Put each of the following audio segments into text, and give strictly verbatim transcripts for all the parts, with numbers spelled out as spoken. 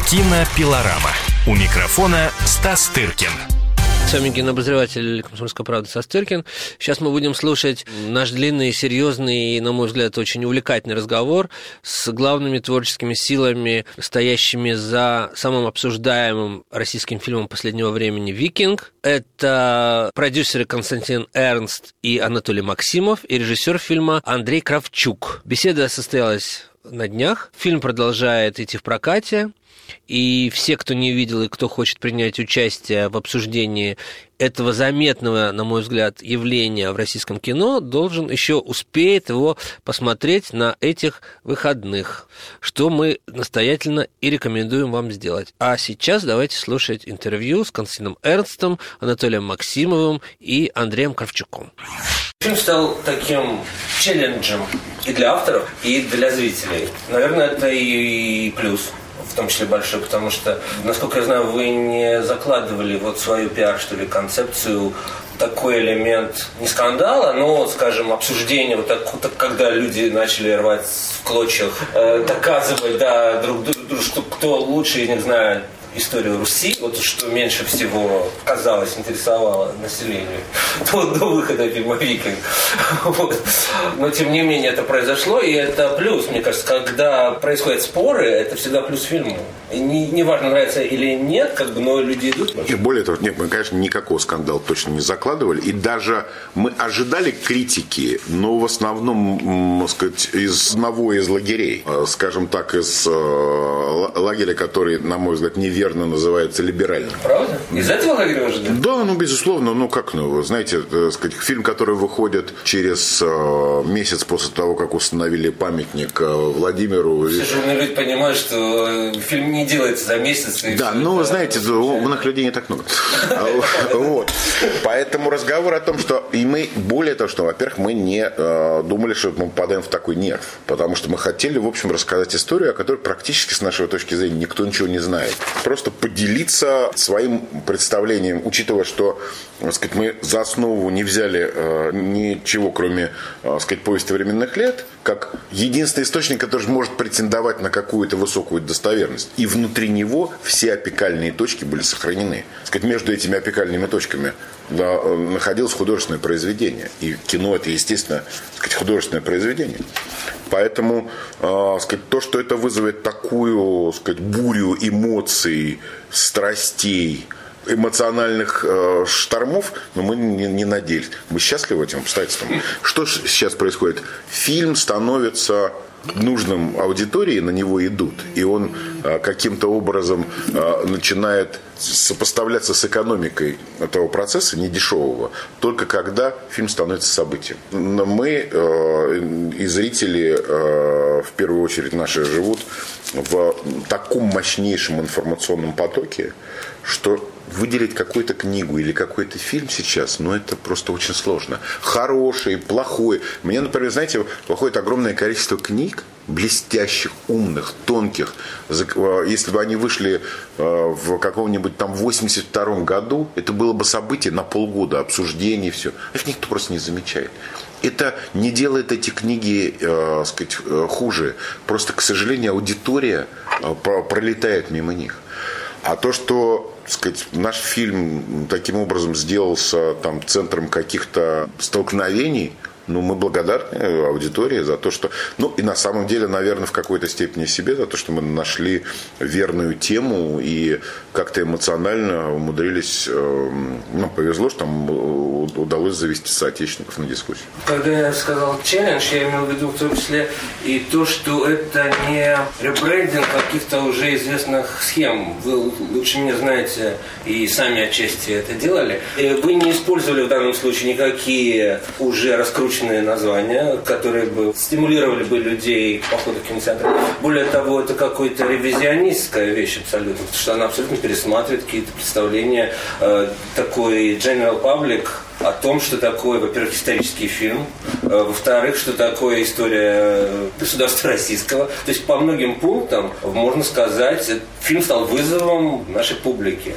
Кинопилорама. У микрофона Стас Тыркин. С вами кинообозреватель «Комсомольской правды» Стас Тыркин. Сейчас мы будем слушать наш длинный, серьезный и, на мой взгляд, очень увлекательный разговор с главными творческими силами, стоящими за самым обсуждаемым российским фильмом последнего времени «Викинг». Это продюсеры Константин Эрнст и Анатолий Максимов и режиссер фильма Андрей Кравчук. Беседа состоялась на днях. Фильм продолжает идти в прокате. И все, кто не видел и кто хочет принять участие в обсуждении этого заметного, на мой взгляд, явления в российском кино, должен еще успеет его посмотреть на этих выходных, что мы настоятельно и рекомендуем вам сделать. А сейчас давайте слушать интервью с Константином Эрнстом, Анатолием Максимовым и Андреем Кравчуком. Фильм стал таким челленджем и для авторов, и для зрителей. Наверное, это и плюс. В том числе большой, потому что, насколько я знаю, вы не закладывали вот свою пиар, что ли, концепцию, такой элемент не скандала, но, скажем, обсуждения, вот так, так, когда люди начали рвать в клочьях, э, доказывать, да, друг другу, что кто лучше, я не знаю, историю Руси, вот что меньше всего, казалось, интересовало населению до, до выхода фильма «Викинг». Вот. Но, тем не менее, это произошло, и это плюс. Мне кажется, когда происходят споры, это всегда плюс фильму. Не, не важно, нравится или нет, как бы, но люди идут. И более того, нет, мы, конечно, никакого скандала точно не закладывали. И даже мы ожидали критики, но в основном, так сказать, из одного из лагерей. Скажем так, из лагеря, который, на мой взгляд, неверно называется либеральным. Правда? Из этого лагеря ожидали? Да, ну, безусловно. Ну, как, ну, знаете, так сказать, фильм, который выходит через э, месяц после того, как установили памятник э, Владимиру. Все же люди понимают, что фильм не делается за месяц. Да, ну, знаете, умных людей не так много. Вот. Поэтому разговор о том, что и мы, более того, что, во-первых, мы не думали, что мы попадаем в такой нерв. Потому что мы хотели, в общем, рассказать историю, о которой практически, с нашей точки зрения, никто ничего не знает. Просто поделиться своим представлением, учитывая, что, так сказать, мы за основу не взяли э, ничего, кроме, э, так сказать, повести временных лет, как единственный источник, который может претендовать на какую-то высокую достоверность. И внутри него все опекальные точки были сохранены. Так сказать, между этими опекальными точками да, находилось художественное произведение. И кино – это, естественно, так сказать, художественное произведение. Поэтому э, сказать, то, что это вызовет такую сказать, бурю эмоций, страстей, эмоциональных э, штормов, но мы не, не надеялись. Мы счастливы этим обстоятельством. Что сейчас происходит? Фильм становится нужным аудитории, на него идут. И он э, каким-то образом э, начинает сопоставляться с экономикой этого процесса, не дешевого, только когда фильм становится событием. Мы э, и зрители, э, в первую очередь наши, живут в таком мощнейшем информационном потоке, что выделить какую-то книгу или какой-то фильм сейчас, ну, это просто очень сложно. Хороший, плохой. Мне, например, знаете, выходит огромное количество книг, блестящих, умных, тонких. Если бы они вышли в каком-нибудь там восемьдесят втором году, это было бы событие на полгода, обсуждение, все. Их никто просто не замечает. Это не делает эти книги, э, сказать, хуже. Просто, к сожалению, аудитория пролетает мимо них. А то, что, так сказать, наш фильм таким образом сделался там, центром каких-то столкновений, ну, мы благодарны аудитории за то, что... Ну, и на самом деле, наверное, в какой-то степени себе за то, что мы нашли верную тему и как-то эмоционально умудрились... Ну, повезло, что там удалось завести соотечественников на дискуссию. Когда я сказал челлендж, я имел в виду в том числе и то, что это не ребрендинг каких-то уже известных схем. Вы лучше меня знаете и сами отчасти это делали. Вы не использовали в данном случае никакие уже раскрученные названия, которые бы стимулировали бы людей к походу в кинотеатр. Более того, это какая-то ревизионистская вещь абсолютно, потому что она абсолютно пересматривает какие-то представления. Такой general public о том, что такое, во-первых, исторический фильм, во-вторых, что такое история государства российского. То есть по многим пунктам, можно сказать, фильм стал вызовом нашей публике.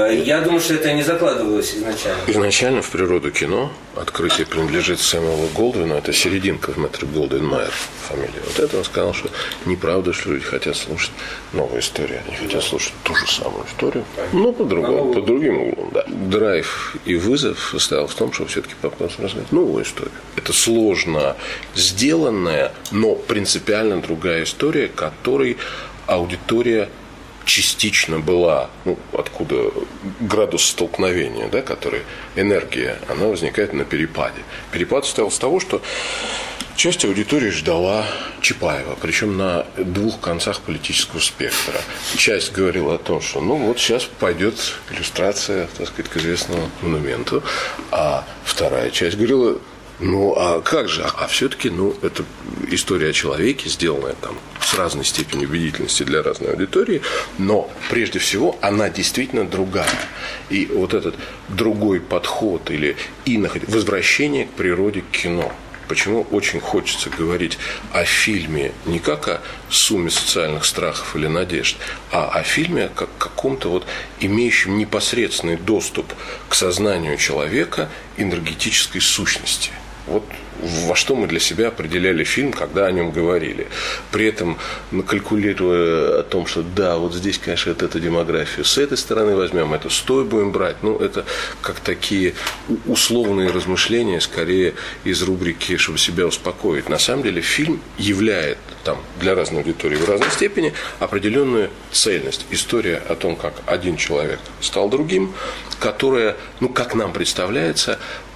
Я думаю, что это не закладывалось изначально. Изначально в природу кино открытие принадлежит Сэмюэлу Голдвину, это серединка в Метро Голдвин Майер фамилия. Вот это он сказал, что неправда, что люди хотят слушать новую историю, они хотят слушать ту же самую историю, но по-другому, под другим углом. Да. Драйв и вызов состоял в том, что все-таки попытаться рассказать новую историю. Это сложно сделанная, но принципиально другая история, которой аудитория частично была, ну, откуда градус столкновения, да, который, энергия, она возникает на перепаде. Перепад состоял с того, что часть аудитории ждала Чапаева, причем на двух концах политического спектра. Часть говорила о том, что ну вот сейчас пойдет иллюстрация, так сказать, к известному монументу, а вторая часть говорила: ну, а как же? А все-таки, ну, это история о человеке, сделанная там с разной степенью убедительности для разной аудитории, но прежде всего она действительно другая. И вот этот другой подход или инохоть, возвращение к природе кино. Почему очень хочется говорить о фильме не как о сумме социальных страхов или надежд, а о фильме как каком-то вот имеющем непосредственный доступ к сознанию человека, энергетической сущности. Вот во что мы для себя определяли фильм, когда о нем говорили. При этом, калькулируя о том, что да, вот здесь, конечно, это, это демографию с этой стороны возьмем, это с той будем брать. Ну, это как такие условные размышления, скорее из рубрики, чтобы себя успокоить. На самом деле фильм являет там, для разной аудитории в разной степени определенную цельность. История о том, как один человек стал другим, которая, ну, как нам представляется,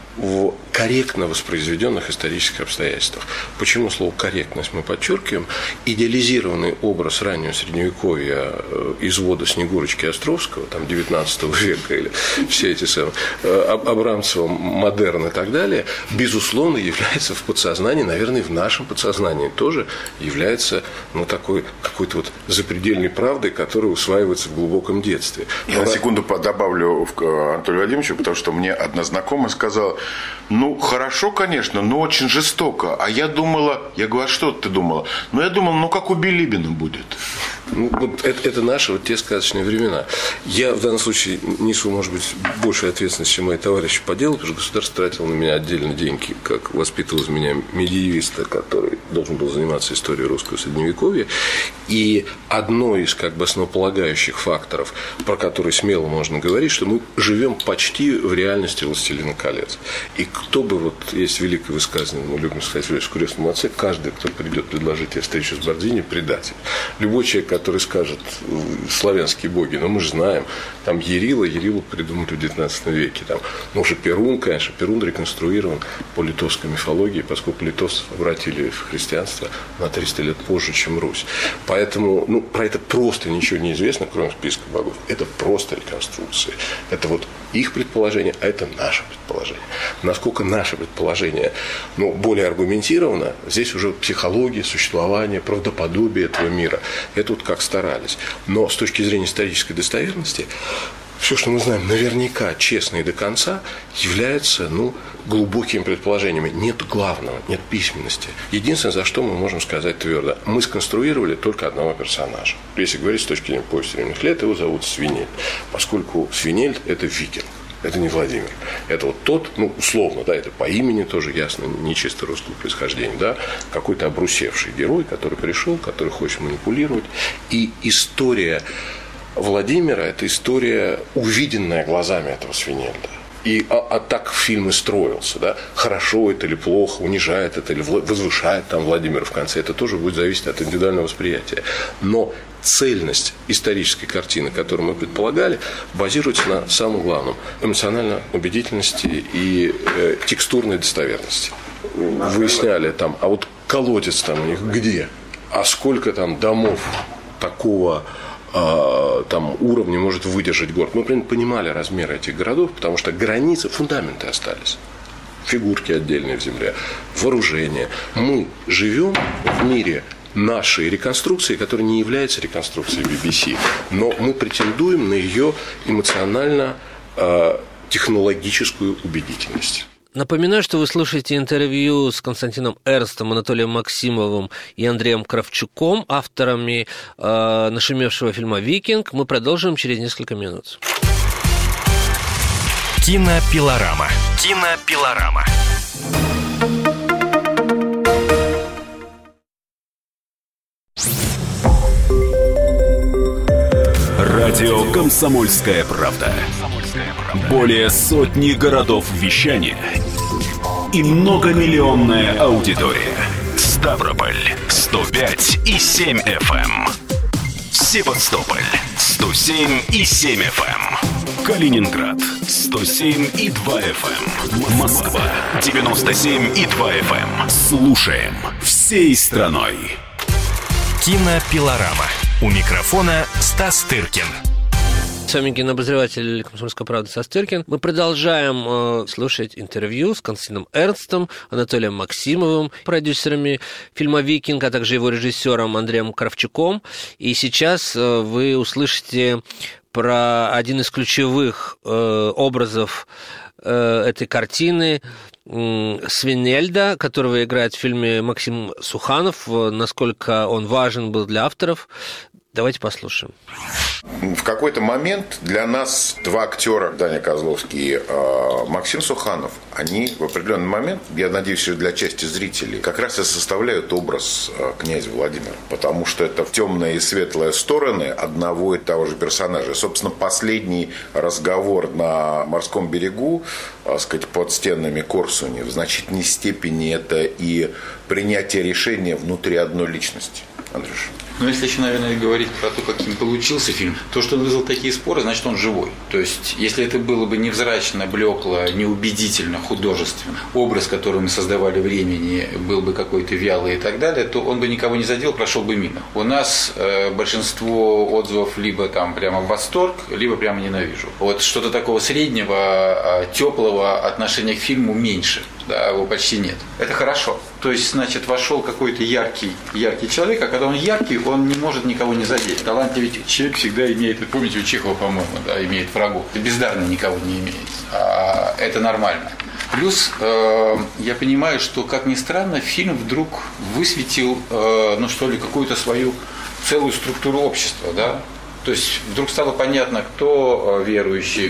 в корректно воспроизведенных исторических обстоятельствах. Почему слово «корректность» мы подчеркиваем? Идеализированный образ раннего средневековья извода Снегурочки Островского, там, девятнадцатого века, или все эти самые, Абрамцева, модерн и так далее, безусловно, является в подсознании, наверное, в нашем подсознании тоже является, ну, такой какой-то вот запредельной правдой, которая усваивается в глубоком детстве. Я на секунду добавлю к Анатолию Владимировичу, потому что мне одна знакомая сказала: ну, хорошо, конечно, но очень жестоко. А я думала, я говорю: а что ты думала? Ну, я думала, ну, как у Билибина будет. Ну, вот это, это наши вот те сказочные времена. Я в данном случае несу, может быть, большую ответственность, чем мои товарищи по делу, потому что государство тратило на меня отдельно деньги, как воспитывал из меня медиевиста, который должен был заниматься историей русского средневековья. И одно из как бы основополагающих факторов, про который смело можно говорить, что мы живем почти в реальности «Властелина колец». И кто бы, вот есть великое высказывание, мы любим сказать в крестном отце: каждый, кто придет предложить тебе встречу с Бордини, предатель. Любой человек, который скажет славянские боги, но мы же знаем, там Ярила, Ярилу придумали в девятнадцатом веке, там, ну уже Перун, конечно, Перун реконструирован по литовской мифологии, поскольку литовцев обратили в христианство на триста лет позже, чем Русь. Поэтому, ну, про это просто ничего не известно, кроме списка богов. Это просто реконструкции. Это вот их предположение, а это наше предположение. Насколько наше предположение, ну, более аргументировано, здесь уже психология, существование, правдоподобие этого мира. Это вот как старались. Но с точки зрения исторической достоверности, все, что мы знаем наверняка честно и до конца, является, ну, глубокими предположениями. Нет главного, нет письменности. Единственное, за что мы можем сказать твердо: мы сконструировали только одного персонажа. Если говорить с точки зрения повести древних лет, его зовут Свинельд. Поскольку Свинельд – это викинг. Это не Владимир. Это вот тот, ну, условно, да, это по имени тоже ясно, не чисто русского происхождения, да, какой-то обрусевший герой, который пришел, который хочет манипулировать. И история Владимира – это история, увиденная глазами этого Свинельда. И, а, а так фильм и строился, да? Хорошо это или плохо, унижает это или возвышает там Владимира в конце, это тоже будет зависеть от индивидуального восприятия. Но цельность исторической картины, которую мы предполагали, базируется на самом главном – эмоциональной убедительности и э, текстурной достоверности. Выясняли там, а вот колодец там у них где? А сколько там домов такого там уровня может выдержать город. Мы, например, понимали размеры этих городов, потому что границы, фундаменты остались. Фигурки отдельные в земле, вооружение. Мы живем в мире нашей реконструкции, которая не является реконструкцией би би си, но мы претендуем на ее эмоционально технологическую убедительность. Напоминаю, что вы слушаете интервью с Константином Эрнстом, Анатолием Максимовым и Андреем Кравчуком, авторами э, нашумевшего фильма «Викинг». Мы продолжим через несколько минут. Кинопилорама. Кинопилорама. Радио «Комсомольская правда». Более сотни городов вещания и многомиллионная аудитория. Ставрополь сто пять и семь эф эм. Севастополь сто семь и семь эф эм. Калининград сто семь и два эф эм. Москва девяносто семь и два эф эм. Слушаем всей страной. Кинопилорама. У микрофона Стас Тыркин. С вами кинообозреватель «Комсомольской правды» Стас Тыркин. Мы продолжаем э, слушать интервью с Константином Эрнстом, Анатолием Максимовым, продюсерами фильма «Викинг», а также его режиссером Андреем Кравчуком. И сейчас э, вы услышите про один из ключевых э, образов э, этой картины, э, Свинельда, которого играет в фильме Максим Суханов, э, насколько он важен был для авторов. Давайте послушаем. В какой-то момент для нас два актера, Даня Козловский и э, Максим Суханов, они в определенный момент, я надеюсь, что для части зрителей, как раз и составляют образ э, князя Владимира. Потому что это темные и светлые стороны одного и того же персонажа. Собственно, последний разговор на морском берегу, так сказать, под стенами Корсуни, в значительной степени это и принятие решения внутри одной личности. Андрюш. Но если еще, наверное, говорить про то, каким получился фильм, то, что он вызвал такие споры, значит, он живой. То есть, если это было бы невзрачно, блекло, неубедительно, художественно, образ, который мы создавали времени, был бы какой-то вялый и так далее, то он бы никого не задел, прошел бы мимо. У нас э, большинство отзывов либо там прямо в восторг, либо прямо ненавижу. Вот что-то такого среднего, э, теплого отношения к фильму меньше. Да, его почти нет. Это хорошо. То есть, значит, вошел какой-то яркий, яркий человек, а когда он яркий, он не может никого не задеть. Талантливый человек всегда имеет, помните, у Чехова, по-моему, да, имеет врагов. Бездарно никого не имеет. А это нормально. Плюс э, я понимаю, что, как ни странно, фильм вдруг высветил, э, ну что ли, какую-то свою целую структуру общества, да. То есть вдруг стало понятно, кто верующий,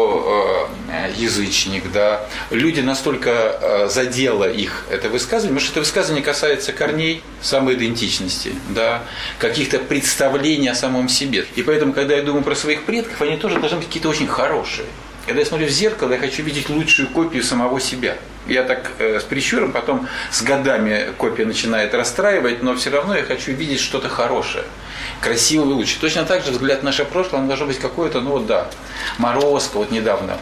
кто язычник, да. Люди настолько задело их это высказывание, потому что это высказывание касается корней, самоидентичности, да, каких-то представлений о самом себе. И поэтому, когда я думаю про своих предков, они тоже должны быть какие-то очень хорошие. Когда я смотрю в зеркало, я хочу видеть лучшую копию самого себя. Я так э, с прищуром, потом с годами копия начинает расстраивать, но все равно я хочу видеть что-то хорошее, красивое и лучшее. Точно так же взгляд в наше прошлое, он должен быть какой-то, ну вот да, Морозко, вот недавно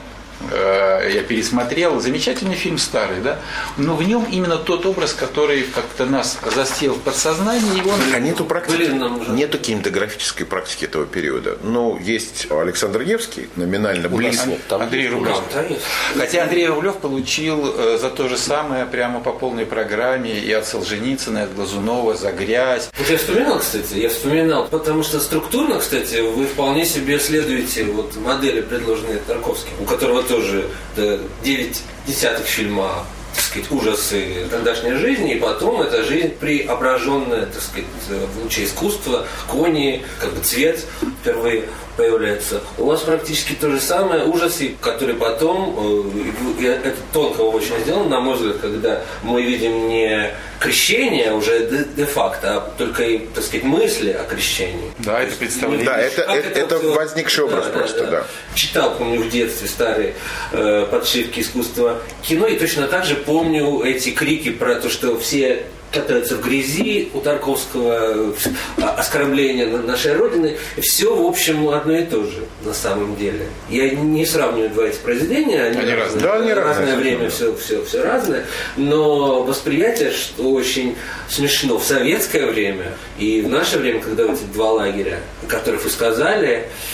э, я пересмотрел, замечательный фильм старый, да, но в нем именно тот образ, который как-то нас застел в подсознании. И он... А нету практики, нету кинематографической практики этого периода. Ну, есть Александр Невский, номинально близкий. Андрей Рублев. Хотя Андрей Рублев получил э, за то же самое прямо по полной программе и от Солженицына, и от Глазунова за грязь. Вот я вспоминал, кстати, я вспоминал, потому что структурно, кстати, вы вполне себе следуете вот модели, предложенные Тарковским, у которого тоже да, девять десятых фильма, так сказать, ужасы тогдашней жизни, и потом эта жизнь преображенная, так сказать, в луче искусства, кони, как бы цвет впервые появляется. У вас практически то же самое, ужасы, которые потом, э, это тонко очень сделано, на мой взгляд, когда мы видим не крещение уже де- де-факто, а только, так сказать, мысли о крещении. Да, это представление. Да, это, это, это, это возникший образ да, просто, да, да. Читал, помню, в детстве старые э, подшивки искусства кино, и точно так же помню эти крики про то, что все катаются в грязи, у Тарковского оскорбление нашей Родины. Все, в общем, одно и то же на самом деле. Я не сравниваю два эти произведения, они, они разные, да, они разное разные, время, все, все, все разное, но восприятие, что очень смешно в советское время и в наше время, когда вот эти два лагеря, о которых вы сказали,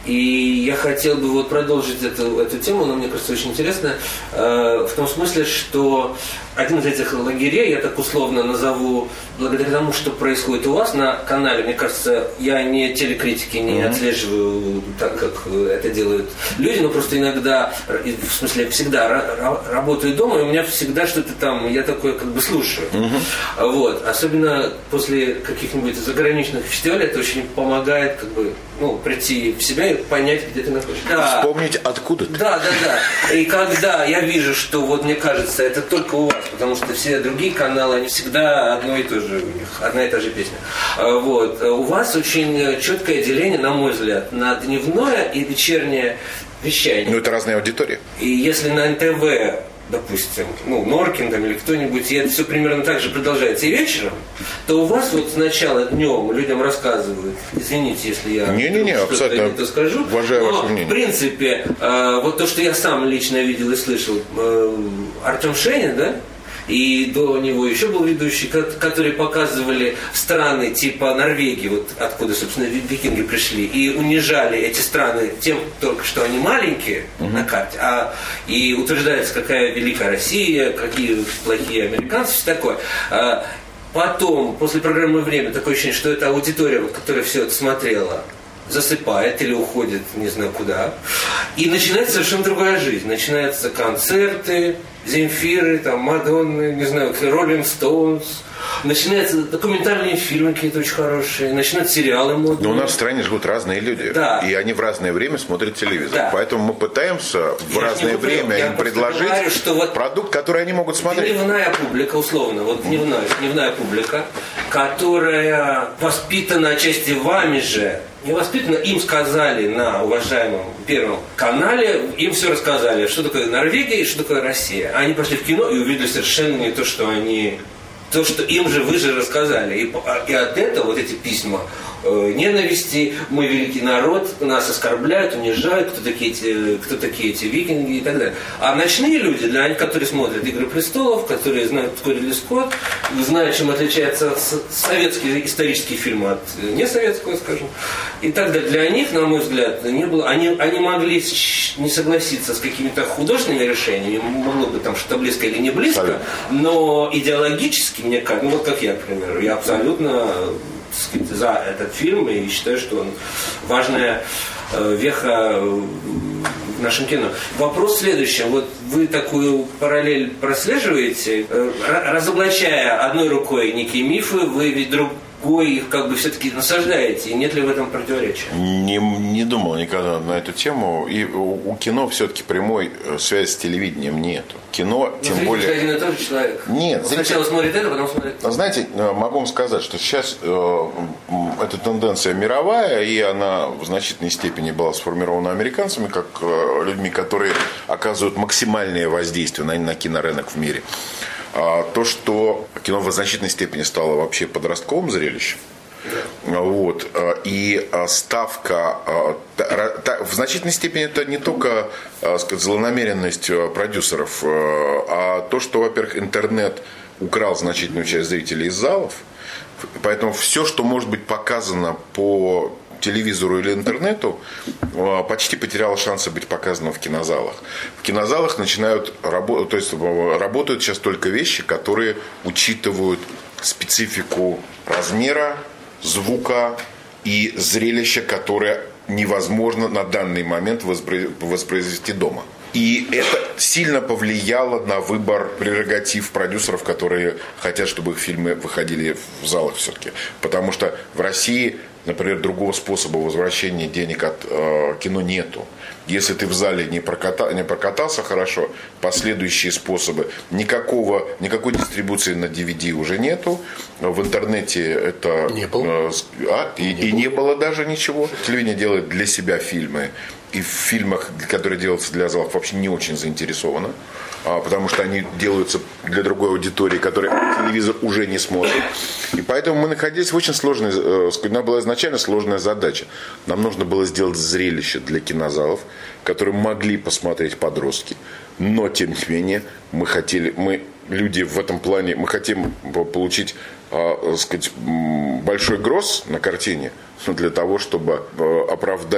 И я хотел бы вот продолжить эту, эту тему, она, мне кажется, очень интересная, э, в том смысле, что один из этих лагерей, я так условно назову, благодаря тому, что происходит у вас на канале, мне кажется, я не телекритики не mm-hmm. отслеживаю так, как это делают люди, но просто иногда, в смысле, всегда работаю дома, и у меня всегда что-то там, я такое как бы слушаю. Mm-hmm. Вот. Особенно после каких-нибудь заграничных фестивалей это очень помогает как бы, ну, прийти в себя и понять, где ты находишься. Да. Вспомнить, откуда ты. Да, да, да. И когда я вижу, что вот мне кажется, это только у вас, потому что все другие каналы, они всегда одно и то же, у них одна и та же песня. Вот. У вас очень четкое деление, на мой взгляд, на дневное и вечернее вещание. Ну, это разные аудитории. И если на эн тэ вэ, допустим, ну, Норкин там или кто-нибудь, и это все примерно так же продолжается и вечером, то у вас вот сначала днем людям рассказывают, извините, если я Не-не-не, абсолютно это скажу, уважаю но, ваше мнение. В принципе, э, вот то, что я сам лично видел и слышал, э, Артем Шенин, да, и до него еще был ведущий, которые показывали страны типа Норвегии, вот откуда, собственно, викинги пришли, и унижали эти страны тем только, что они маленькие uh-huh. на карте, а, и утверждается, какая великая Россия, какие плохие американцы, все такое. А потом, после программы «Время», такое ощущение, что эта аудитория, вот, которая все это смотрела, засыпает или уходит не знаю куда, и начинается совершенно другая жизнь. Начинаются концерты, Земфиры, там, Мадонны, не знаю, Роллинг Стоунс. Начинаются документальные фильмы какие-то очень хорошие, начинают сериалы модные. Но у нас в стране живут разные люди, да. И они в разное время смотрят телевизор. Да. Поэтому мы пытаемся в я разное время им предложить говорю, что вот продукт, который они могут смотреть. Дневная публика, условно, вот дневная, дневная публика, которая воспитана отчасти вами же, не воспитана, им сказали на уважаемом Первом канале, им все рассказали, что такое Норвегия и что такое Россия. Они пошли в кино и увидели совершенно не то, что они... То, что им же вы же рассказали. И, и от этого вот эти письма э, ненависти, мы великий народ, нас оскорбляют, унижают, кто такие эти, кто такие эти викинги и так далее. А ночные люди, для них, которые смотрят «Игры престолов», которые знают, кто Ридли Скотт, знают, чем отличается советский исторический фильм от несоветского, скажем, и так далее. Для них, на мой взгляд, не было. Они, они могли не согласиться с какими-то художественными решениями, могло бы там что-то близко или не близко, но идеологически, мне кажется, ну вот как я, к примеру, я абсолютно, так сказать, за этот фильм и считаю, что он важная э, веха в нашем кино. Вопрос следующий. Вот вы такую параллель прослеживаете, э, разоблачая одной рукой некие мифы, вы ведь друг их как бы все-таки насаждаете, и нет ли в этом противоречия? Не, не думал никогда на эту тему. И у, у кино все-таки прямой связи с телевидением нету. Кино, но тем более... один и тот же человек. Нет. Он сначала зритель... смотрит это, потом смотрит... Знаете, могу вам сказать, что сейчас э, эта тенденция мировая, и она в значительной степени была сформирована американцами, как э, людьми, которые оказывают максимальное воздействие на, на кинорынок в мире. То, что кино в значительной степени стало вообще подростковым зрелищем. Вот. И ставка в значительной степени это не только, сказать, злонамеренность продюсеров, а то, что, во-первых, интернет украл значительную часть зрителей из залов. Поэтому все, что может быть показано по телевизору или интернету, почти потеряло шансы быть показано в кинозалах. В кинозалах начинают работать, то есть работают сейчас только вещи, которые учитывают специфику размера, звука и зрелища, которое невозможно на данный момент воспроизвести дома. И это сильно повлияло на выбор прерогатив продюсеров, которые хотят, чтобы их фильмы выходили в залах все-таки. Потому что в России, например, другого способа возвращения денег от э, кино нету. Если ты в зале не, проката, не прокатался хорошо, последующие способы, никакого, никакой дистрибуции на ди ви ди уже нету. В интернете это... Не было. Э, а, и, не и было. не было даже ничего. Телевидение делает для себя фильмы. И в фильмах, которые делаются для залов, вообще не очень заинтересовано. Потому что они делаются для другой аудитории, которая телевизор уже не смотрит. И поэтому мы находились в очень сложной... У нас была изначально сложная задача. Нам нужно было сделать зрелище для кинозалов, которые могли посмотреть подростки. Но, тем не менее, мы хотели... Мы, люди в этом плане... Мы хотим получить, так сказать, большой гроз на картине для того, чтобы оправдать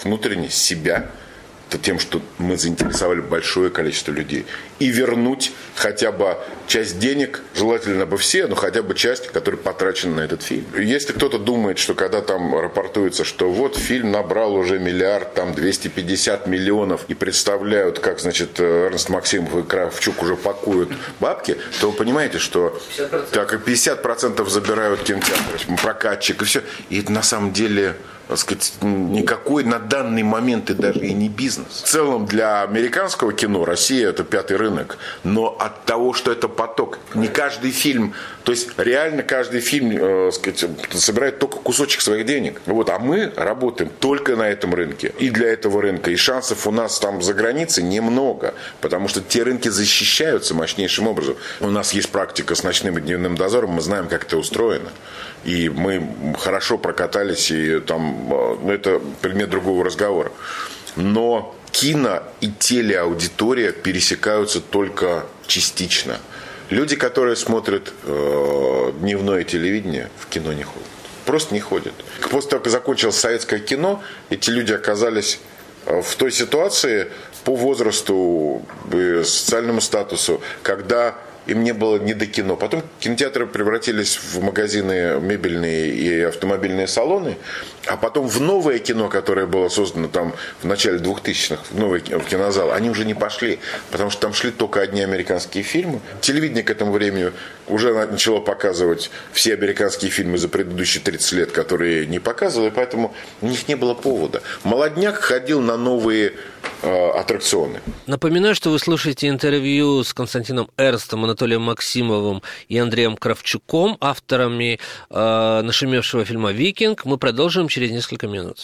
внутренне себя тем, что мы заинтересовали большое количество людей, и вернуть хотя бы часть денег, желательно бы все, но хотя бы часть, которая потрачена на этот фильм. Если кто-то думает, что когда там рапортуется, что вот фильм набрал уже миллиард, там двести пятьдесят миллионов, и представляют, как, значит, Эрнст Максимов и Кравчук уже пакуют бабки, то вы понимаете, что пятьдесят процентов. Так как пятьдесят процентов забирают кинотеатры, прокатчик и все, и это на самом деле, так сказать, никакой на данный момент и даже и не бизнес. В целом для американского кино Россия это пятый рынок, но от того, что это поток, не каждый фильм, то есть реально каждый фильм, э, сказать, собирает только кусочек своих денег. Вот, а мы работаем только на этом рынке и для этого рынка, и шансов у нас там за границей немного, потому что те рынки защищаются мощнейшим образом. У нас есть практика с ночным и дневным дозором, мы знаем, как это устроено. И мы хорошо прокатались, и там, ну, это предмет другого разговора. Но кино и телеаудитория пересекаются только частично. Люди, которые смотрят э, дневное телевидение, в кино не ходят. Просто не ходят. После того, как закончилось советское кино, эти люди оказались в той ситуации по возрасту, социальному статусу, когда им не было ни до кино. Потом кинотеатры превратились в магазины мебельные и автомобильные салоны, а потом в новое кино, которое было создано там в начале двухтысячных, в новый кинозал, они уже не пошли, потому что там шли только одни американские фильмы. Телевидение к этому времени уже начало показывать все американские фильмы за предыдущие тридцать лет, которые не показывали, поэтому у них не было повода. Молодняк ходил на новые э, аттракционы. Напоминаю, что вы слушаете интервью с Константином Эрнстом, Анатолием Максимовым и Андреем Кравчуком, авторами э, нашумевшего фильма «Викинг». Мы продолжим через несколько минут.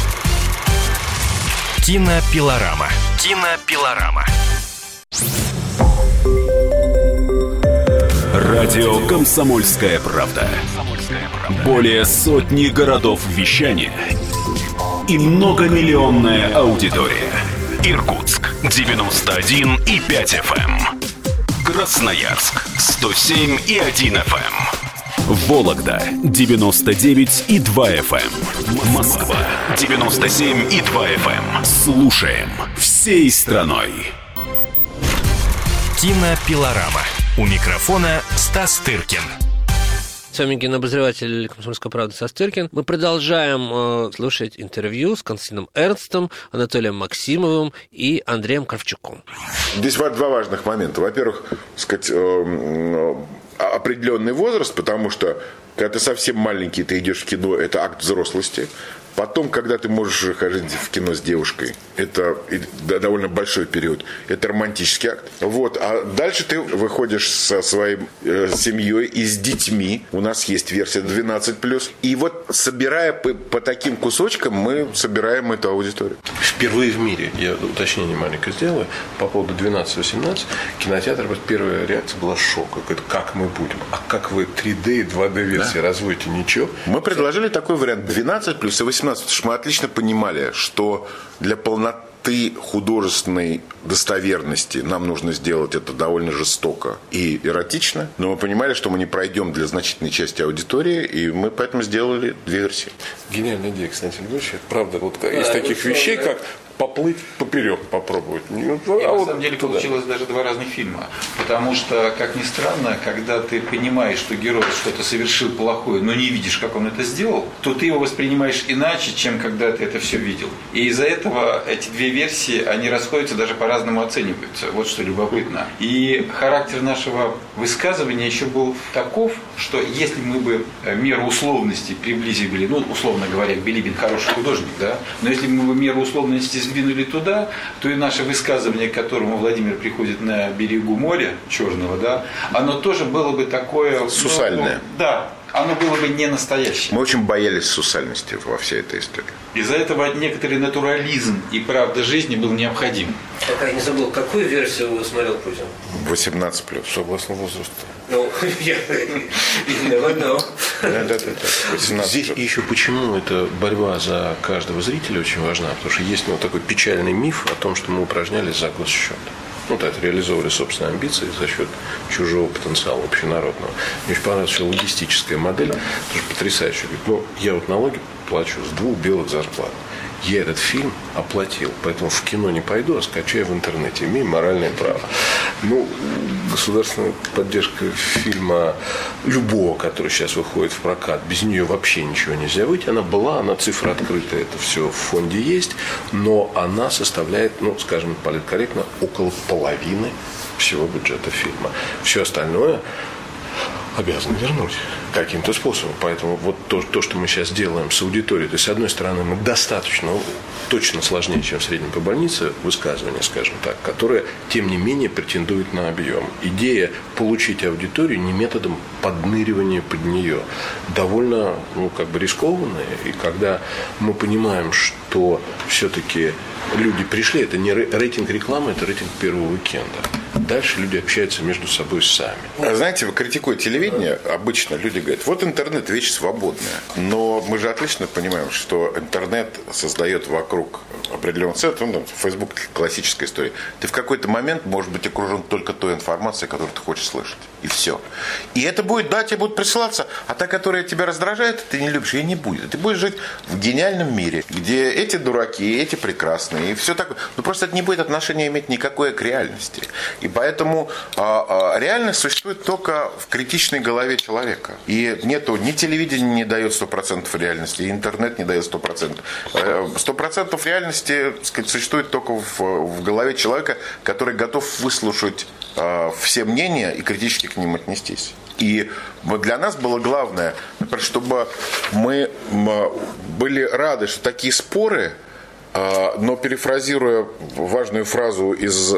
Кинопилорама. Кинопилорама. Радио «Комсомольская правда». Более сотни городов вещания и многомиллионная аудитория. Иркутск девяносто один и пять эф эм. Красноярск сто семь и один эф эм. Вологда девяносто девять и два эф эм. Москва девяносто семь и два эф эм. Слушаем всей страной. Кинопилорама. У микрофона Стас Тыркин. С вами кинообозреватель «Комсомольской правды» Стас Тыркин. Мы продолжаем э, слушать интервью с Константином Эрнстом, Анатолием Максимовым и Андреем Кравчуком. Здесь два важных момента. Во-первых, сказать, э, определенный возраст, потому что когда ты совсем маленький, ты идешь в кино, это акт взрослости. Потом, когда ты можешь ходить в кино с девушкой, это довольно большой период, это романтический акт. Вот. А дальше ты выходишь со своей э, семьей и с детьми. У нас есть версия двенадцать плюс. И вот собирая по, по таким кусочкам, мы собираем эту аудиторию. Впервые в мире, я уточнение маленькое сделаю, по поводу двенадцать-восемнадцать, кинотеатр, вот первая реакция была шок. Говорит, как мы будем? А как вы три дэ и два дэ версии да. разводите? Ничего? Мы предложили такой вариант двенадцать плюс и восемнадцать. Потому что мы отлично понимали, что для полноты художественной достоверности нам нужно сделать это довольно жестоко и эротично. Но мы понимали, что мы не пройдем для значительной части аудитории, и мы поэтому сделали две версии. Гениальная идея, Константин Львович. Правда, вот да, из таких вещей, да. как поплыть поперек попробовать. И а на вот самом деле туда. Получилось даже два разных фильма. Потому что, как ни странно, когда ты понимаешь, что герой что-то совершил плохое, но не видишь, как он это сделал, то ты его воспринимаешь иначе, чем когда ты это все видел. И из-за этого эти две версии, они расходятся, даже по-разному оцениваются. Вот что любопытно. И характер нашего высказывания еще был таков, что если мы бы меру условности приблизили, ну, условно говоря, Билибин хороший художник, да, но если бы мы меру условности сдвинули туда, то и наше высказывание, к которому Владимир приходит на берегу моря Черного, да, оно тоже было бы такое... Сусальное. Ну, да, оно было бы не настоящее. Мы очень боялись сусальности во всей этой истории. Из-за этого некоторый натурализм и правда жизни был необходим. Пока я не забыл, какую версию смотрел Путин? восемнадцать плюс. Согласно возрасту. Ну, я never know. Здесь еще почему эта борьба за каждого зрителя очень важна, потому что есть ну, такой печальный миф о том, что мы упражнялись за госсчет. Ну, да, это реализовывали собственные амбиции за счет чужого потенциала общенародного. Мне очень понравилась логистическая модель, тоже потрясающая. Говорит, ну, я вот налоги плачу с двух белых зарплат. Я этот фильм оплатил, поэтому в кино не пойду, а скачаю в интернете. Имею моральное право. Ну, государственная поддержка фильма любого, который сейчас выходит в прокат, без нее вообще ничего нельзя выйти. Она была, она цифра открытая, это все в фонде есть, но она составляет, ну, скажем, политкорректно, около половины всего бюджета фильма. Все остальное обязаны вернуть каким-то способом. Поэтому вот то, то, что мы сейчас делаем с аудиторией, то есть, с одной стороны, мы достаточно, точно сложнее, чем в среднем по больнице, высказывания, скажем так, которые, тем не менее, претендуют на объем. Идея получить аудиторию не методом подныривания под нее довольно, ну, как бы рискованная. И когда мы понимаем, что все-таки люди пришли, это не рейтинг рекламы, это рейтинг первого уикенда. Дальше люди общаются между собой сами. Знаете, вы критикуете телевидение, обычно люди говорят, вот интернет вещь свободная. Но мы же отлично понимаем, что интернет создает вокруг определенного центра, ну, Facebook классическая история. Ты в какой-то момент можешь быть окружен только той информацией, которую ты хочешь слышать. И все. И это будет, да, тебе будут присылаться, а та, которая тебя раздражает, ты не любишь, ее не будет. Ты будешь жить в гениальном мире, где эти дураки, эти прекрасные, и все такое. Но просто это не будет отношения иметь никакое к реальности. И поэтому а, а, реальность существует только в критичной голове человека. И нету, ни телевидение не дает сто процентов реальности, и интернет не дает сто процентов. сто процентов реальности, сказать, существует только в, в голове человека, который готов выслушать а, все мнения и критически к ним отнестись. И для нас было главное, например, чтобы мы были рады, что такие споры, но перефразируя важную фразу из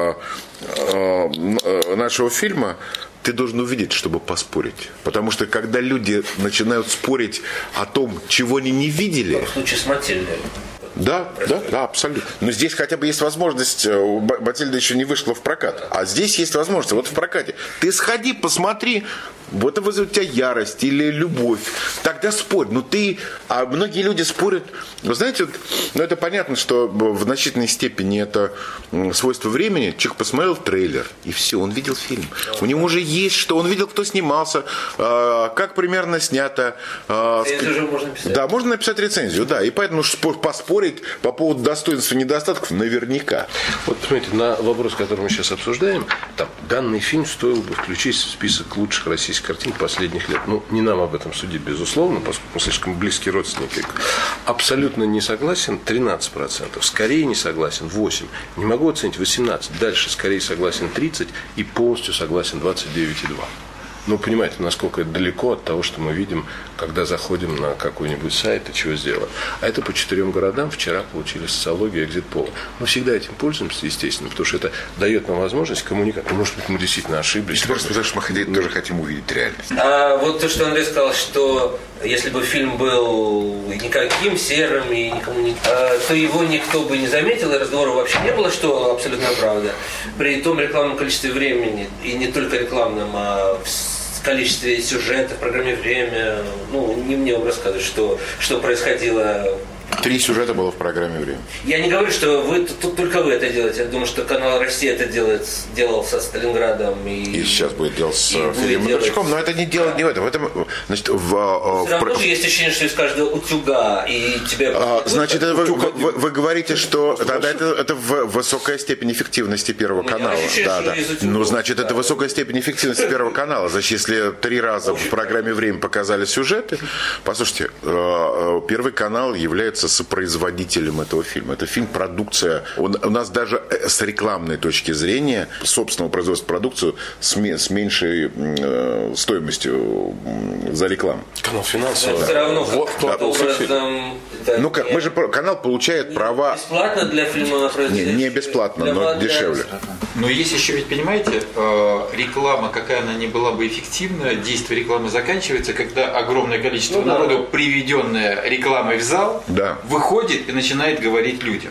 нашего фильма, ты должен увидеть, чтобы поспорить. Потому что когда люди начинают спорить о том, чего они не видели... В случае с Матильдой. Да, да, да, абсолютно. Но здесь хотя бы есть возможность, Матильда еще не вышла в прокат, а здесь есть возможность, вот в прокате. Ты сходи, посмотри, вот это вызовет у тебя ярость или любовь, тогда спорь. Ну ты, а многие люди спорят, вы знаете, ну это понятно, что в значительной степени это свойство времени. Человек посмотрел трейлер, и все, он видел фильм. У него уже есть, что он видел, кто снимался, как примерно снято. Рецензию можно написать. Да, можно написать рецензию, да, и поэтому поспорить по поводу достоинств и недостатков наверняка. Вот, посмотрите, на вопрос, который мы сейчас обсуждаем, там, данный фильм стоило бы включить в список лучших российских картин последних лет. Ну, не нам об этом судить, безусловно, поскольку мы слишком близкие родственники. Абсолютно не согласен тринадцать процентов. Скорее не согласен восемь процентов. Не могу оценить восемнадцать процентов. Дальше скорее согласен тридцать процентов и полностью согласен двадцать девять целых два десятых. Ну, понимаете, насколько это далеко от того, что мы видим, когда заходим на какой-нибудь сайт и чего сделать. А это по четырем городам вчера получили социологию и экзит-полы. Мы всегда этим пользуемся, естественно, потому что это дает нам возможность коммуникации. Ну, может быть, мы действительно ошиблись. Это просто потому, что мы тоже хотим увидеть реальность. А вот то, что Андрей сказал, что если бы фильм был никаким, серым и никому не... то его никто бы не заметил, и разговора вообще не было, что абсолютно правда. При том рекламном количестве времени, и не только рекламном, а в количестве сюжета, в программе «Время», ну, не мне вам рассказывать, что, что происходило. Три сюжета было в программе «Время». Я не говорю, что вы, тут только вы это делаете. Я думаю, что канал «Россия» это делает, делал со Сталинградом. И, и сейчас будет делать с Филиппом Бондарчуком. Но это не дело не в этом. В этом, значит, в, в, Все равно в... же есть ощущение, что из каждого утюга и тебе... А, значит, это вы, вы, вы говорите, что тогда это, это высокая степень эффективности Первого канала. Да, да. Ну, значит, да, это да. высокая степень эффективности Первого канала. Значит, если три раза Очень в программе «Время» показали сюжеты, послушайте, Первый канал является сопроизводителем этого фильма. Это фильм, продукция. Он, у нас даже с рекламной точки зрения собственного производства продукцию с, с меньшей э, стоимостью за рекламу. Канал финансовый. Да. Все равно вот, да. образом... Да, ну как, мы же, канал получает не права... Бесплатно для фильма Не, не бесплатно, для но дешевле. Но есть еще, ведь понимаете, реклама, какая она ни была бы эффективна, действие рекламы заканчивается, когда огромное количество ну, народу, да. приведенное рекламой в зал, да. выходит и начинает говорить людям.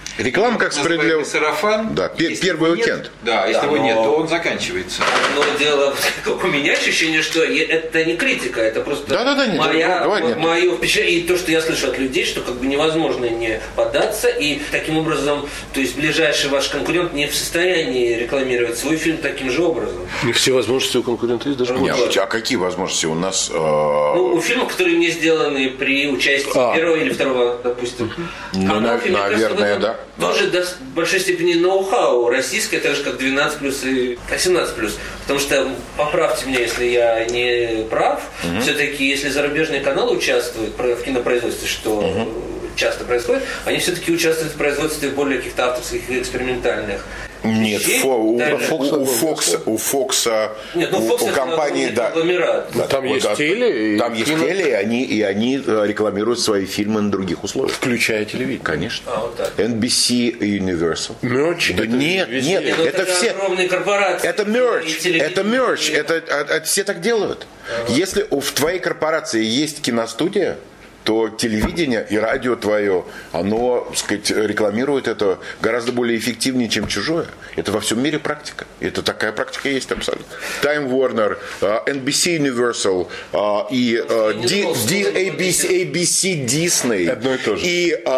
Реклама как справедливо. Сарафан. Да, первый уикенд. Да, если да, его но... нет, то он заканчивается. Но дело, как у меня ощущение, что это не критика, это просто да, да, да, нет, моя, давай, нет. мое впечатление, и то, что я слышу от людей, что как бы невозможно не поддаться, и таким образом, то есть ближайший ваш конкурент не в состоянии рекламировать свой фильм таким же образом. Не все возможности у конкурента есть даже Нет, больше. а какие возможности у нас? Э... Ну, у фильмов, которые не сделаны при участии а. первого или второго, допустим. Ну, а на, фильме, наверное, кажется, да. Тоже до большой степени ноу-хау российское, так же как двенадцать плюс и восемнадцать плюс. Потому что, поправьте меня, если я не прав, угу. все-таки, если зарубежные каналы участвуют в кинопроизводстве, что угу. часто происходит, они все-таки участвуют в производстве более каких-то авторских и экспериментальных. Нет, фо, у, Фокса, у, Фокса, у Фокса, Нет, ну, у, Фокс у компании, да, да, там вот, есть да, теле, там есть кино... теле, и они, и они рекламируют свои фильмы на других условиях. Включая телевидение. Конечно. А, вот так. эн би си и Universal. Мерч? Да нет, везде. нет, нет, это, это все. огромные корпорации. Это мерч, это мерч, это, это, это все так делают. Ага. Если в твоей корпорации есть киностудия, то телевидение и радио твое, оно, так сказать, рекламирует это гораздо более эффективнее, чем чужое. Это во всем мире практика. Это такая практика есть абсолютно. Time Warner, эн би си Universal и эй би си Disney одно и то же.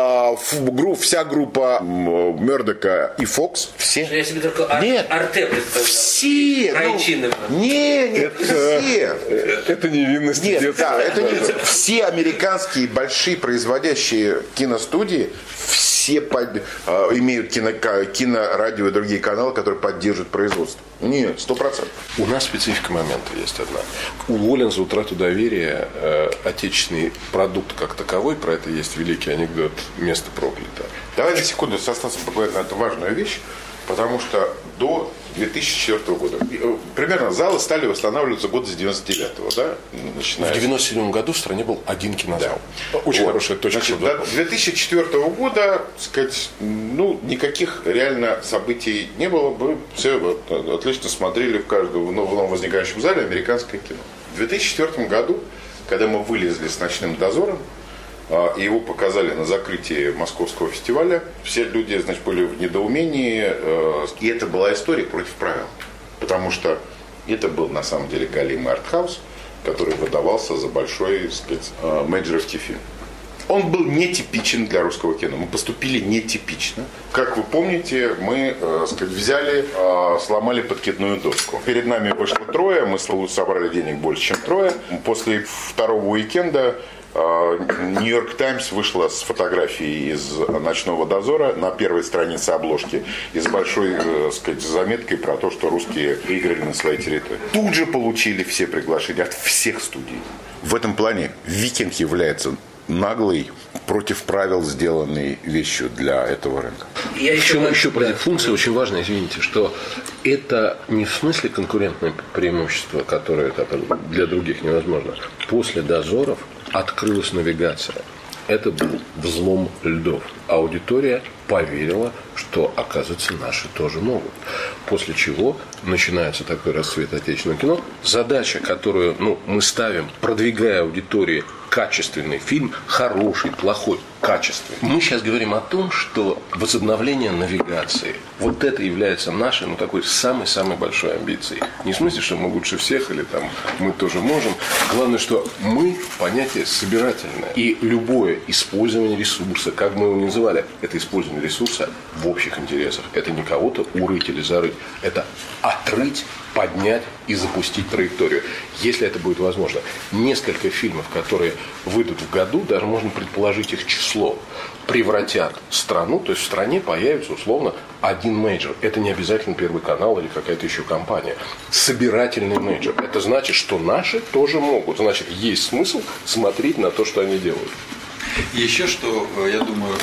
И вся группа Мердока и Fox. Все. Я себе только ар- Нет. Арте представлял. Все. Ну, не, нет, это, все. Это невинность Нет, детства. да, это не все американские большие производящие киностудии, все под, э, имеют кино, кино, радио и другие каналы, которые поддерживают производство. Нет, сто процентов. У нас специфика момента есть одна. Уволен за утрату доверия э, отечественный продукт как таковой, про это есть великий анекдот «Место проклято». Давай на секунду со Стасом поговорим на эту важную вещь, потому что до две тысячи четвёртого года примерно залы стали восстанавливаться год с девяносто девятого, да? Начиная в девяносто седьмом году в стране был один кинозал. Да. Очень вот. Хорошая точка. Значит, до две тысячи четвёртого года, так сказать, ну, никаких реально событий не было бы. Все вот, отлично смотрели в каждом в новом возникающем зале американское кино. В две тысячи четвёртом году, когда мы вылезли с «Ночным дозором», и его показали на закрытии Московского фестиваля, все люди, значит, были в недоумении, и это была история против правил, потому что это был на самом деле галимый артхаус, который выдавался за большой, так сказать, мейджоровский фильм. Он был нетипичен для русского кино. Мы поступили нетипично. Как вы помните, мы, так сказать, взяли, сломали подкидную доску. Перед нами вышло трое, мы собрали денег больше, чем трое. После второго уикенда Нью-Йорк Таймс вышла с фотографией из «Ночного дозора» на первой странице обложки и с большой, так сказать, заметкой про то, что русские выиграли на своей территории. Тут же получили все приглашения от всех студий. В этом плане «Викинг» является наглой, против правил сделанной вещью для этого рынка. Я еще, еще, еще про эти функции очень важно, извините, что это не в смысле конкурентное преимущество, которое для других невозможно. После дозоров открылась навигация. Это был взлом льдов. Аудитория поверила, что, оказывается, наши тоже могут. После чего начинается такой расцвет отечественного кино. Задача, которую ну, мы ставим, продвигая аудитории качественный фильм, хороший, плохой, качественный. Мы сейчас говорим о том, что возобновление навигации, вот это является нашей, ну, такой самой-самой большой амбицией. Не в смысле, что мы лучше всех или там мы тоже можем. Главное, что мы понятие собирательное. И любое использование ресурса, как мы его не называли, это использование ресурса в общих интересах. Это не кого-то урыть или зарыть. Это отрыть, поднять и запустить траекторию. Если это будет возможно. Несколько фильмов, которые выйдут в году, даже можно предположить их число, превратят страну, то есть в стране появится условно один мейджор. Это не обязательно Первый канал или какая-то еще компания. Собирательный мейджор. Это значит, что наши тоже могут. Значит, есть смысл смотреть на то, что они делают. Еще что, я думаю,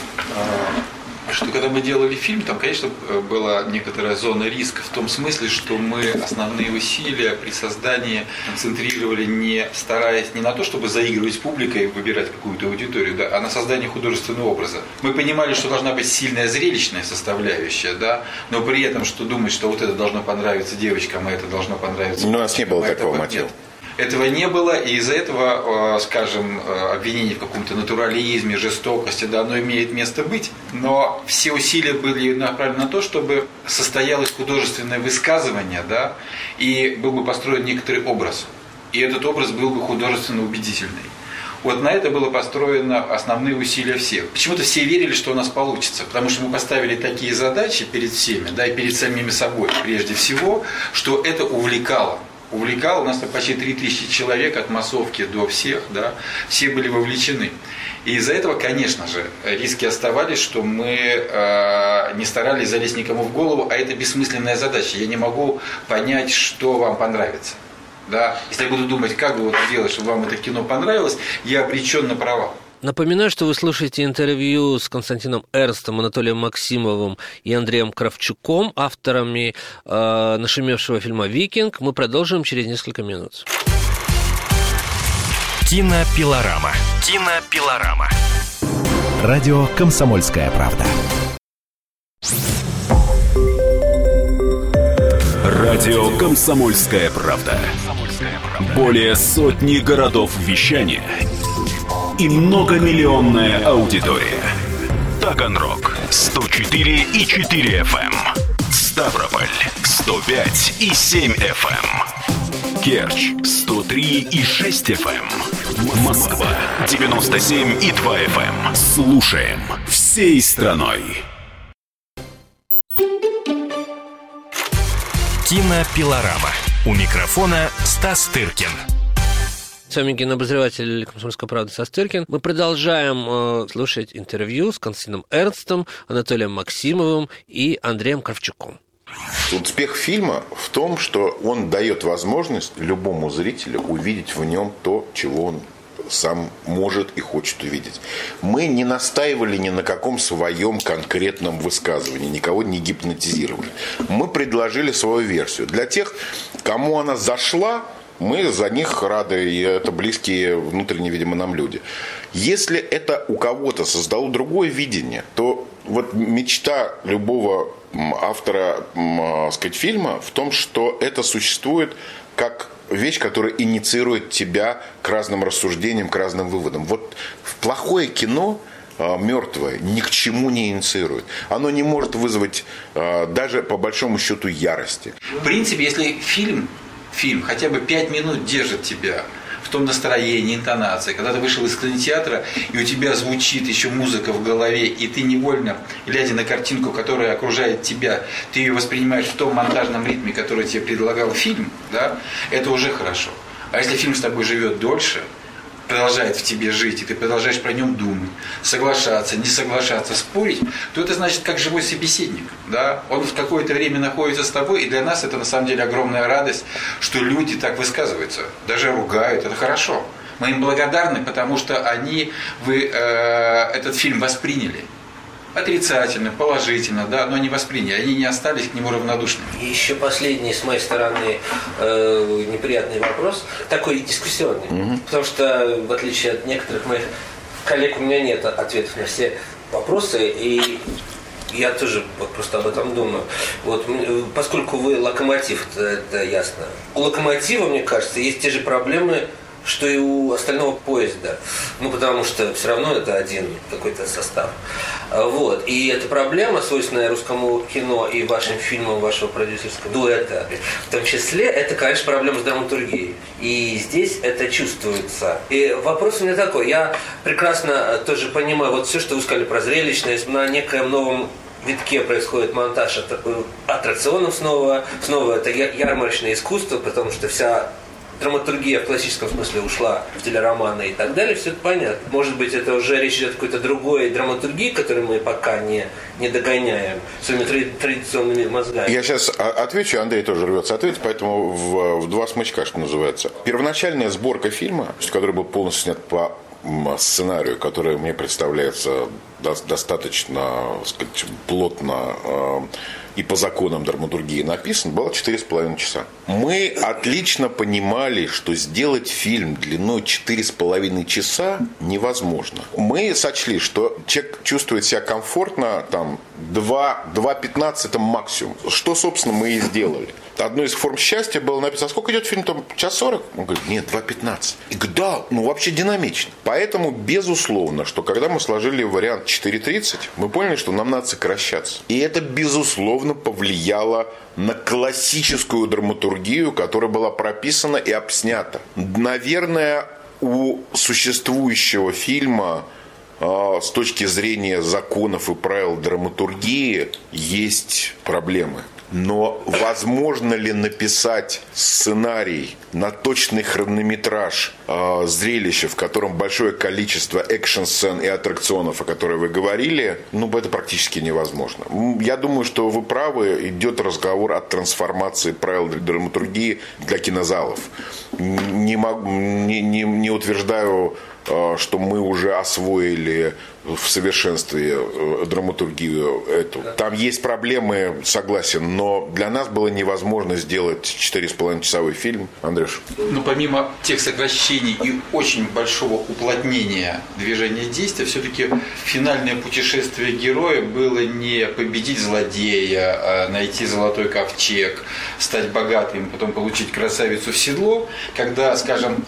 что когда мы делали фильм, там, конечно, была некоторая зона риска в том смысле, что мы основные усилия при создании концентрировали, не стараясь не на то, чтобы заигрывать с публикой и выбирать какую-то аудиторию, да, а на создание художественного образа. Мы понимали, что должна быть сильная зрелищная составляющая, да, но при этом, что думать, что вот это должно понравиться девочкам, а это должно понравиться... У нас не было такого мотива. Этого не было, и из-за этого, скажем, обвинение в каком-то натурализме, жестокости, да, оно имеет место быть. Но все усилия были направлены на то, чтобы состоялось художественное высказывание, да, и был бы построен некоторый образ. И этот образ был бы художественно убедительный. Вот на это было построено основные усилия всех. Почему-то все верили, что у нас получится, потому что мы поставили такие задачи перед всеми, да, и перед самими собой прежде всего, что это увлекало. Увлекало, у нас там почти три тысячи человек от массовки до всех, да, все были вовлечены. И из-за этого, конечно же, риски оставались, что мы э, не старались залезть никому в голову, а это бессмысленная задача. Я не могу понять, что вам понравится. Да? Если я буду думать, как бы вот сделать, чтобы вам это кино понравилось, я обречен на провал. Напоминаю, что вы слушаете интервью с Константином Эрнстом, Анатолием Максимовым и Андреем Кравчуком, авторами э, нашумевшего фильма «Викинг». Мы продолжим через несколько минут. Кинопилорама. Кинопилорама. Радио «Комсомольская правда». Радио «Комсомольская правда». Более сотни городов вещания и многомиллионная аудитория. Таганрог сто четыре и четыре эф эм, Ставрополь сто пять и семь эф эм, Керчь сто три и шесть эф эм, Москва девяносто семь и два эф эм. Слушаем всей страной. Кинопилорама. У микрофона Стас Тыркин. С вами кинообозреватель «Комсомольской правды» Стас Тыркин. Мы продолжаем э, слушать интервью с Константином Эрнстом, Анатолием Максимовым и Андреем Кравчуком. Успех фильма в том, что он дает возможность любому зрителю увидеть в нем то, чего он сам может и хочет увидеть. Мы не настаивали ни на каком своем конкретном высказывании, никого не гипнотизировали. Мы предложили свою версию. Для тех, кому она зашла, мы за них рады, и это близкие внутренне, видимо, нам люди. Если это у кого-то создало другое видение, то вот мечта любого автора, так сказать, фильма в том, что это существует как вещь, которая инициирует тебя к разным рассуждениям, к разным выводам. Вот в плохое кино мертвое ни к чему не инициирует. Оно не может вызвать даже по большому счету ярости. В принципе, если фильм, фильм хотя бы пять минут держит тебя в том настроении, интонации, когда ты вышел из кинотеатра, и у тебя звучит еще музыка в голове, и ты невольно, глядя на картинку, которая окружает тебя, ты ее воспринимаешь в том монтажном ритме, который тебе предлагал фильм, да, это уже хорошо. А если фильм с тобой живет дольше, продолжает в тебе жить, и ты продолжаешь про нем думать, соглашаться, не соглашаться, спорить, то это значит как живой собеседник. Да? Он в какое-то время находится с тобой, и для нас это на самом деле огромная радость, что люди так высказываются, даже ругают, это хорошо. Мы им благодарны, потому что они вы, э, этот фильм восприняли. Отрицательно, положительно, да, но они восприняли, они не остались к нему равнодушными. И еще последний с моей стороны э, неприятный вопрос, такой дискуссионный, угу. Потому что, в отличие от некоторых моих коллег, у меня нет ответов на все вопросы, и я тоже вот просто об этом думаю. Вот, поскольку вы локомотив, это, это ясно. У локомотива, мне кажется, есть те же проблемы, что и у остального поезда. Ну, потому что все равно это один какой-то состав. Вот. И эта проблема, свойственная русскому кино и вашим фильмам, вашего продюсерского дуэта, в том числе, это, конечно, проблема с драматургией. И здесь это чувствуется. И вопрос у меня такой. Я прекрасно тоже понимаю, вот все, что вы сказали про зрелищность, на некоем новом витке происходит монтаж аттракционов снова. Снова это ярмарочное искусство, потому что вся драматургия в классическом смысле ушла в телероманы и так далее, все это понятно. Может быть, это уже речь идет о какой-то другой драматургии, которую мы пока не, не догоняем своими традиционными мозгами. Я сейчас отвечу, Андрей тоже рвется ответить, поэтому в, в два смычка, что называется. Первоначальная сборка фильма, который был полностью снят по сценарию, который мне представляется достаточно, так сказать, плотно э, и по законам драматургии написан, было четыре с половиной часа. Мы отлично понимали, что сделать фильм длиной четыре с половиной часа невозможно. Мы сочли, что человек чувствует себя комфортно там два пятнадцать максимум. Что, собственно, мы и сделали. одной из форм счастья было написано: а сколько идет фильм, там, час сорок? Он говорит: нет, два пятнадцать. И говорит: да, ну вообще динамично. Поэтому, безусловно, что когда мы сложили вариант четыре тридцать, мы поняли, что нам надо сокращаться. И это, безусловно, повлияло на классическую драматургию, которая была прописана и обснята. Наверное, у существующего фильма э, с точки зрения законов и правил драматургии есть проблемы. Но возможно ли написать сценарий на точный хронометраж э, зрелища, в котором большое количество экшн-сцен и аттракционов, о которых вы говорили, ну, это практически невозможно. Я думаю, что вы правы, идет разговор о трансформации правил драматургии для кинозалов. Не, могу, не, не, не утверждаю, э, что мы уже освоили в совершенстве драматургию эту. Там есть проблемы, согласен, но для нас было невозможно сделать четыре с половиной часовой фильм. Андрюш? Ну, помимо тех сокращений и очень большого уплотнения движения действия, все-таки финальное путешествие героя было не победить злодея, а найти золотой ковчег, стать богатым, потом получить красавицу в седло, когда, скажем,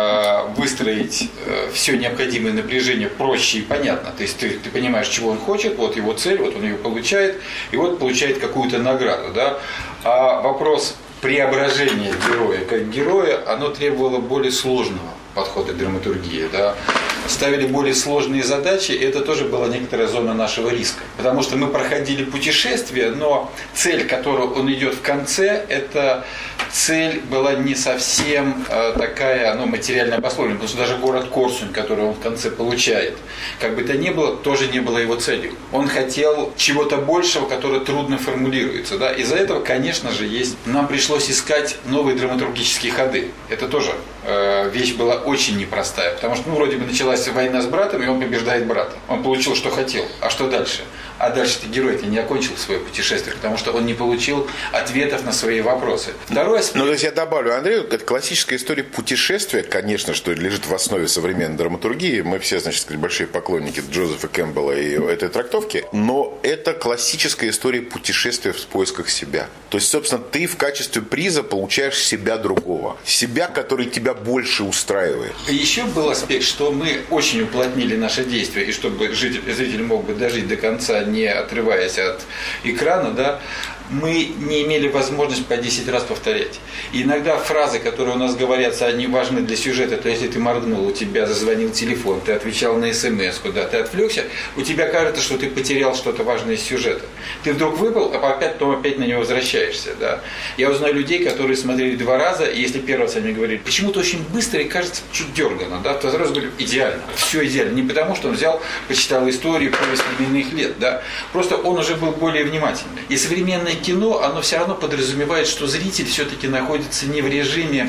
выстроить все необходимое напряжение проще и понятно. То есть ты, ты понимаешь, чего он хочет, вот его цель, вот он ее получает, и вот получает какую-то награду. Да? А вопрос преображения героя как героя, оно требовало более сложного подхода к драматургии. Да? Ставили более сложные задачи, и это тоже была некоторая зона нашего риска. Потому что мы проходили путешествие, но цель, к которой он идет в конце, эта цель была не совсем э, такая, ну, материально обусловленная, потому что даже город Корсунь, который он в конце получает, как бы то ни было, тоже не было его целью. Он хотел чего-то большего, которое трудно формулируется. Да? Из-за этого, конечно же, есть... нам пришлось искать новые драматургические ходы. Это тоже э, вещь была очень непростая, потому что, ну, вроде бы началась война с братом, и он побеждает брата. Он получил, что хотел. А что дальше? А дальше-то герой-то не окончил свое путешествие, потому что он не получил ответов на свои вопросы. Второй аспект... Ну, то есть я добавлю, Андрею, это классическая история путешествия, конечно, что лежит в основе современной драматургии. Мы все, значит, большие поклонники Джозефа Кэмпбелла и этой трактовки. Но это классическая история путешествия в поисках себя. То есть, собственно, ты в качестве приза получаешь себя другого. Себя, который тебя больше устраивает. Еще был аспект, что мы очень уплотнили наше действие, и чтобы житель, зритель мог бы дожить до конца, не отрываясь от экрана, да, мы не имели возможности по десять раз повторять. И иногда фразы, которые у нас говорятся, они важны для сюжета. То есть, если ты моргнул, у тебя зазвонил телефон, ты отвечал на смс, куда ты отвлекся, у тебя кажется, что ты потерял что-то важное из сюжета. Ты вдруг выпал, а опять, потом опять на него возвращаешься. Да. Я узнаю людей, которые смотрели два раза, и если первый раз они говорили, почему-то очень быстро и кажется чуть дергано, да, то сразу говорю, идеально, все идеально. Не потому, что он взял, почитал историю, повесть временных лет, да. Просто он уже был более внимательный. И современные кино, оно все равно подразумевает, что зритель все-таки находится не в режиме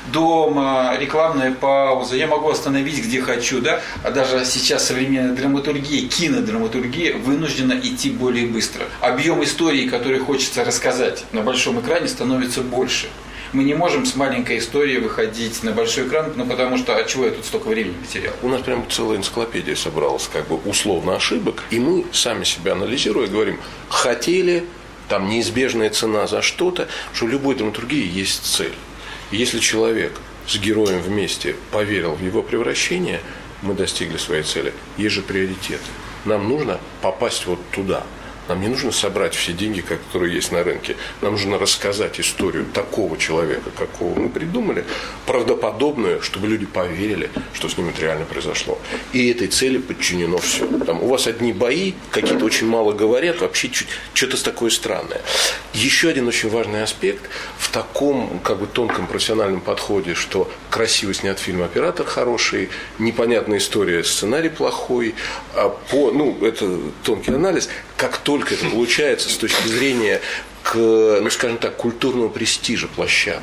дома, рекламная пауза, я могу остановить где хочу, да, а даже сейчас современная драматургия, кинодраматургия вынуждена идти более быстро. Объем истории, который хочется рассказать на большом экране, становится больше. Мы не можем с маленькой историей выходить на большой экран, ну потому что, а чего я тут столько времени потерял? У нас прям целая энциклопедия собралась, как бы условно ошибок, и мы сами себя анализируя говорим, хотели, там неизбежная цена за что-то, что в любой драматургии есть цель. И если человек с героем вместе поверил в его превращение, мы достигли своей цели. Есть же приоритеты. Нам нужно попасть вот туда. Нам не нужно собрать все деньги, которые есть на рынке. Нам нужно рассказать историю такого человека, какого мы придумали, правдоподобную, чтобы люди поверили, что с ним это реально произошло. И этой цели подчинено все. Там, у вас одни бои, какие-то очень мало говорят, вообще чуть, что-то такое странное. Еще один очень важный аспект в таком как бы тонком профессиональном подходе, что красиво снят фильм, оператор хороший, непонятная история, сценарий плохой, а по, ну, это тонкий анализ. Как только это получается с точки зрения, к, ну, скажем так, культурного престижа площадки,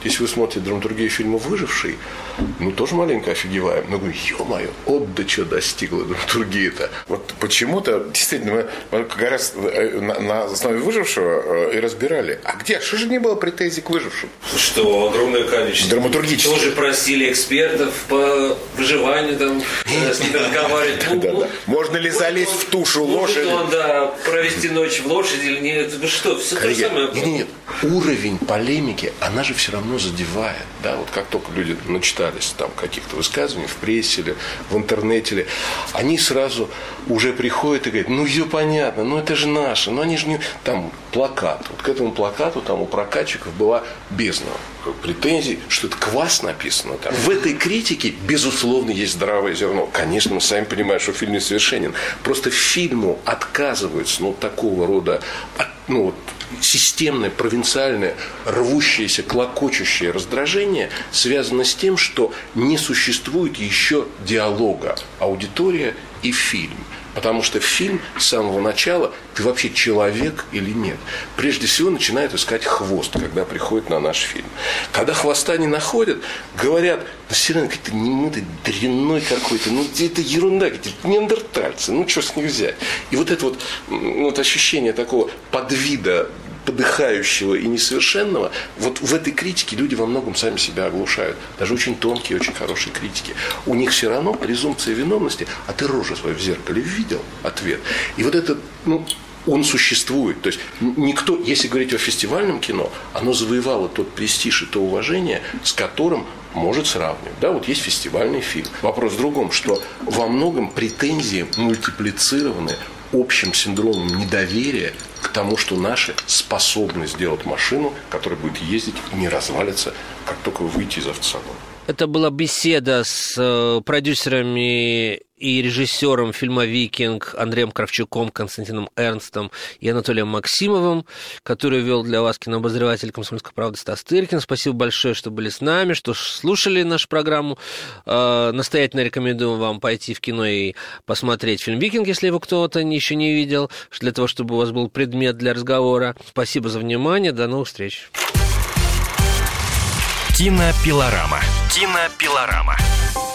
Если вы смотрите драматургию фильма «Выживший», ну, тоже маленько офигеваем. Но говорю, ё-моё, от до чего достигла драматургия-то. Вот почему-то, действительно, мы, мы как раз на, на основе «Выжившего» и разбирали. А где? Что же не было претензий к «Выжившим»? Что огромное количество. Драматургически. Тоже просили экспертов по выживанию, там, с ними разговаривать. Ну, да, да. Можно ли залезть в тушу лошади? Может он, да, провести ночь в лошади или нет? Ну что, все то же самое. Нет, нет, уровень полемики, она же все равно задевает. Да? Вот как только люди начитались там каких-то высказываний в прессе или в интернете, или, они сразу уже приходят и говорят, ну, ее понятно, ну, это же наше, ну, они же не... Там плакат. Вот к этому плакату там у прокатчиков была бездна претензий, что это квас написано там. В этой критике, безусловно, есть здравое зерно. Конечно, мы сами понимаем, что фильм несовершенен. Просто фильму отказываются, ну, такого рода, ну, вот, системное, провинциальное, рвущееся, клокочущее раздражение связано с тем, что не существует еще диалога аудитория и фильм. Потому что фильм с самого начала, ты вообще человек или нет, прежде всего начинают искать хвост, когда приходит на наш фильм. Когда хвоста не находят, говорят, ну, все равно какой-то немытый, дрянной какой-то, ну, это ерунда, какие-то неандертальцы, ну, что с них взять? И вот это вот, ну, вот ощущение такого подвида, подыхающего и несовершенного, вот в этой критике люди во многом сами себя оглушают. Даже очень тонкие, очень хорошие критики. У них все равно презумпция виновности, а ты рожу свою в зеркале видел? Ответ. И вот это, ну, он существует. То есть никто, если говорить о фестивальном кино, оно завоевало тот престиж и то уважение, с которым может сравнивать. Да, вот есть фестивальный фильм. Вопрос в другом, что во многом претензии мультиплицированы общим синдромом недоверия к тому, что наши способны сделать машину, которая будет ездить и не развалится, как только вы выйдете из автосалона. Это была беседа с продюсерами и режиссером фильма «Викинг» Андреем Кравчуком, Константином Эрнстом и Анатолием Максимовым, который вел для вас кинообозреватель «Комсомольской правды» Стас Тыркин. Спасибо большое, что были с нами, что слушали нашу программу. Настоятельно рекомендую вам пойти в кино и посмотреть фильм «Викинг», если его кто-то еще не видел, для того, чтобы у вас был предмет для разговора. Спасибо за внимание. До новых встреч. Кинопилорама. Кинопилорама.